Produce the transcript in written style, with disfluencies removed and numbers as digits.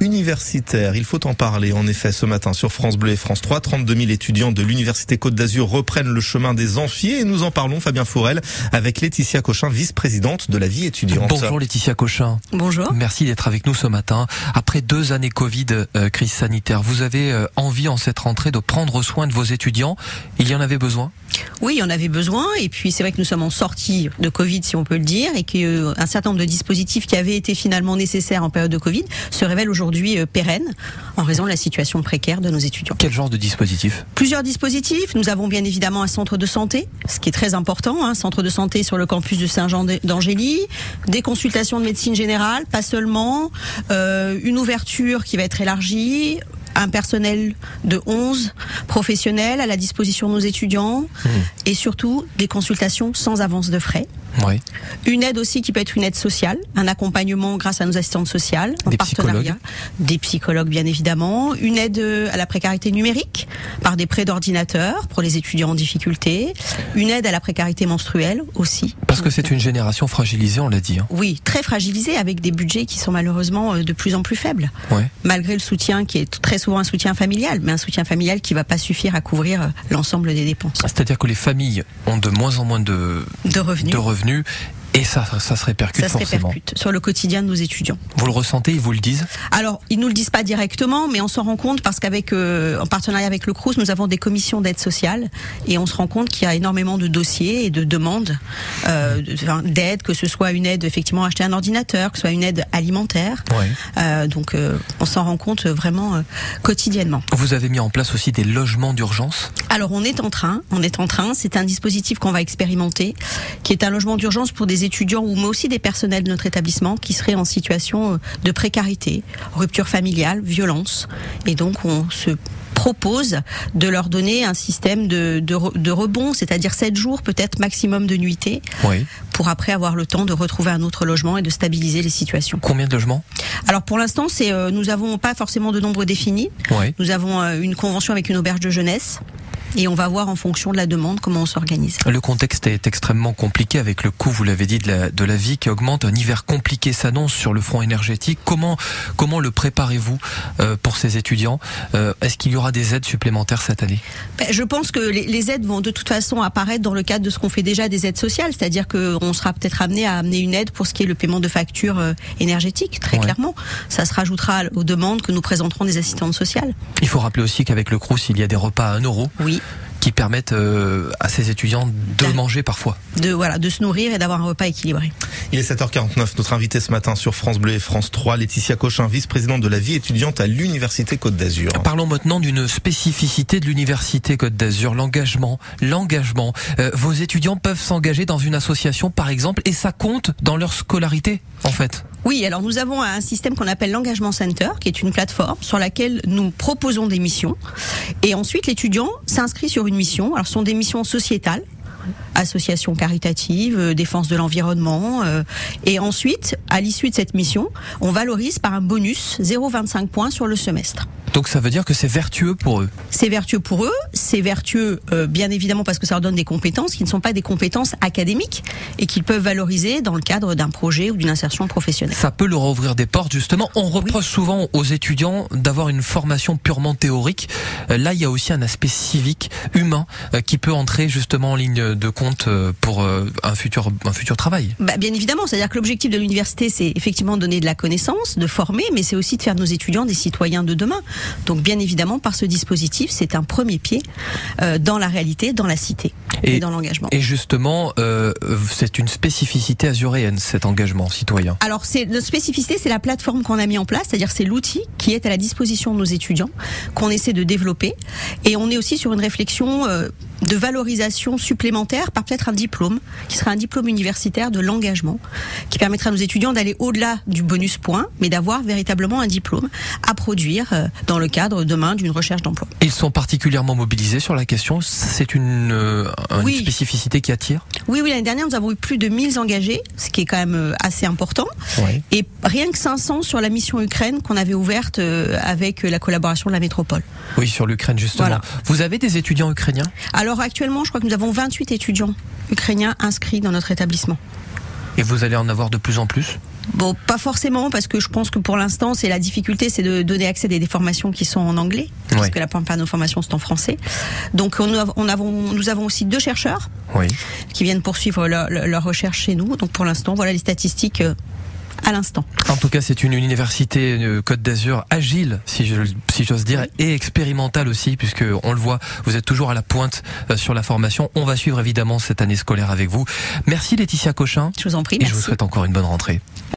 universitaire. Il faut en parler en effet ce matin sur France Bleu et France 3. 32 000 étudiants de l'Université Côte d'Azur reprennent le chemin des amphis et nous en parlons, Fabien Fourel, avec Laetitia Cochin, vice-présidente de la vie étudiante. Bonjour Laetitia Cochin. Bonjour. Merci d'être avec nous ce matin. Après 2 années Covid, crise sanitaire, vous avez envie en cette rentrée de prendre soin de vos étudiants. Il y en avait besoin ? Oui, il y en avait besoin, et puis c'est vrai que nous sommes en sortie de Covid, si on peut le dire, et qu'un certain nombre de dispositifs qui avaient été finalement nécessaires en période de Covid se révèlent aujourd'hui pérennes en raison de la situation précaire de nos étudiants. Quel genre de dispositifs ? Plusieurs dispositifs. Nous avons bien évidemment un centre de santé, ce qui est très important, un centre de santé sur le campus de Saint-Jean d'Angély, des consultations de médecine générale, pas seulement, une ouverture qui va être élargie, un personnel de 11 professionnels à la disposition de nos étudiants et surtout des consultations sans avance de frais. Oui. Une aide aussi qui peut être une aide sociale, un accompagnement grâce à nos assistantes sociales en partenariat, des psychologues bien évidemment, une aide à la précarité numérique par des prêts d'ordinateur pour les étudiants en difficulté, une aide à la précarité menstruelle aussi. Parce que c'est une génération fragilisée, on l'a dit. Oui, très fragilisée avec des budgets qui sont malheureusement de plus en plus faibles. Ouais. Malgré le soutien qui est très souvent un soutien familial, mais un soutien familial qui ne va pas suffire à couvrir l'ensemble des dépenses. C'est-à-dire que les familles ont de moins en moins de revenus. Et ça se répercute forcément. Ça se répercute sur le quotidien de nos étudiants. Vous le ressentez, ils vous le disent ? Alors, ils nous le disent pas directement, mais on s'en rend compte parce qu'avec, en partenariat avec le Crous, nous avons des commissions d'aide sociale et on se rend compte qu'il y a énormément de dossiers et de demandes d'aide, que ce soit une aide effectivement à acheter un ordinateur, que ce soit une aide alimentaire. Ouais. Donc, on s'en rend compte vraiment quotidiennement. Vous avez mis en place aussi des logements d'urgence ? Alors, on est en train. C'est un dispositif qu'on va expérimenter, qui est un logement d'urgence pour des étudiants ou mais aussi des personnels de notre établissement qui seraient en situation de précarité, rupture familiale, violence. Et donc on se propose de leur donner un système de rebond, c'est-à-dire 7 jours peut-être maximum de nuitées, oui, pour après avoir le temps de retrouver un autre logement et de stabiliser les situations. Combien de logements ? Alors pour l'instant, nous n'avons pas forcément de nombre défini. Oui. Nous avons une convention avec une auberge de jeunesse. Et on va voir en fonction de la demande comment on s'organise. Le contexte est extrêmement compliqué avec le coût, vous l'avez dit, de la vie qui augmente. Un hiver compliqué s'annonce sur le front énergétique. Comment le préparez-vous pour ces étudiants ? Est-ce qu'il y aura des aides supplémentaires cette année ? Je pense que les aides vont de toute façon apparaître dans le cadre de ce qu'on fait déjà des aides sociales. C'est-à-dire qu'on sera peut-être amené à amener une aide pour ce qui est le paiement de factures énergétiques, très clairement. Ça se rajoutera aux demandes que nous présenterons des assistantes sociales. Il faut rappeler aussi qu'avec le Crous, il y a des repas à 1 euro. Oui. Qui permettent à ces étudiants de manger parfois. De se nourrir et d'avoir un repas équilibré. Il est 7h49, notre invité ce matin sur France Bleu et France 3, Laetitia Cochin, vice-présidente de la vie étudiante à l'Université Côte d'Azur. Parlons maintenant d'une spécificité de l'Université Côte d'Azur, l'engagement. Vos étudiants peuvent s'engager dans une association par exemple et ça compte dans leur scolarité en fait. Oui, alors nous avons un système qu'on appelle l'Engagement Center, qui est une plateforme sur laquelle nous proposons des missions. Et ensuite, l'étudiant s'inscrit sur une mission. Alors, ce sont des missions sociétales, associations caritatives, défense de l'environnement. Et ensuite, à l'issue de cette mission, on valorise par un bonus 0,25 points sur le semestre. Donc ça veut dire que c'est vertueux pour eux. C'est vertueux pour eux, c'est vertueux bien évidemment parce que ça leur donne des compétences qui ne sont pas des compétences académiques et qu'ils peuvent valoriser dans le cadre d'un projet ou d'une insertion professionnelle. Ça peut leur ouvrir des portes justement. On reproche souvent aux étudiants d'avoir une formation purement théorique. Là il y a aussi un aspect civique, humain qui peut entrer justement en ligne de compte pour un futur travail. Bien évidemment, c'est-à-dire que l'objectif de l'université c'est effectivement de donner de la connaissance, de former, mais c'est aussi de faire de nos étudiants des citoyens de demain. Donc bien évidemment, par ce dispositif, c'est un premier pied dans la réalité, dans la cité et dans l'engagement. Et justement, c'est une spécificité azuréenne, cet engagement citoyen. Alors notre spécificité, c'est la plateforme qu'on a mis en place, c'est-à-dire c'est l'outil qui est à la disposition de nos étudiants, qu'on essaie de développer. Et on est aussi sur une réflexion de valorisation supplémentaire par peut-être un diplôme, qui sera un diplôme universitaire de l'engagement, qui permettra à nos étudiants d'aller au-delà du bonus point, mais d'avoir véritablement un diplôme à produire dans le cadre demain d'une recherche d'emploi. Ils sont particulièrement mobilisés sur la question, c'est une spécificité qui attire ? Oui, l'année dernière nous avons eu plus de 1000 engagés, ce qui est quand même assez important, et rien que 500 sur la mission Ukraine qu'on avait ouverte avec la collaboration de la métropole. Oui, sur l'Ukraine justement. Voilà. Vous avez des étudiants ukrainiens ? Alors actuellement, je crois que nous avons 28 étudiants ukrainiens inscrits dans notre établissement. Et vous allez en avoir de plus en plus ? Bon, pas forcément, parce que je pense que pour l'instant, c'est la difficulté, c'est de donner accès à des formations qui sont en anglais, parce que la plupart de nos formations sont en français. Donc nous avons aussi 2 chercheurs qui viennent poursuivre leur recherche chez nous. Donc pour l'instant, voilà les statistiques à l'instant. En tout cas, c'est une université Côte d'Azur agile, si j'ose dire, et expérimentale aussi, puisque on le voit, vous êtes toujours à la pointe sur la formation. On va suivre évidemment cette année scolaire avec vous. Merci Laetitia Cochin. Je vous en prie. Et je vous souhaite encore une bonne rentrée.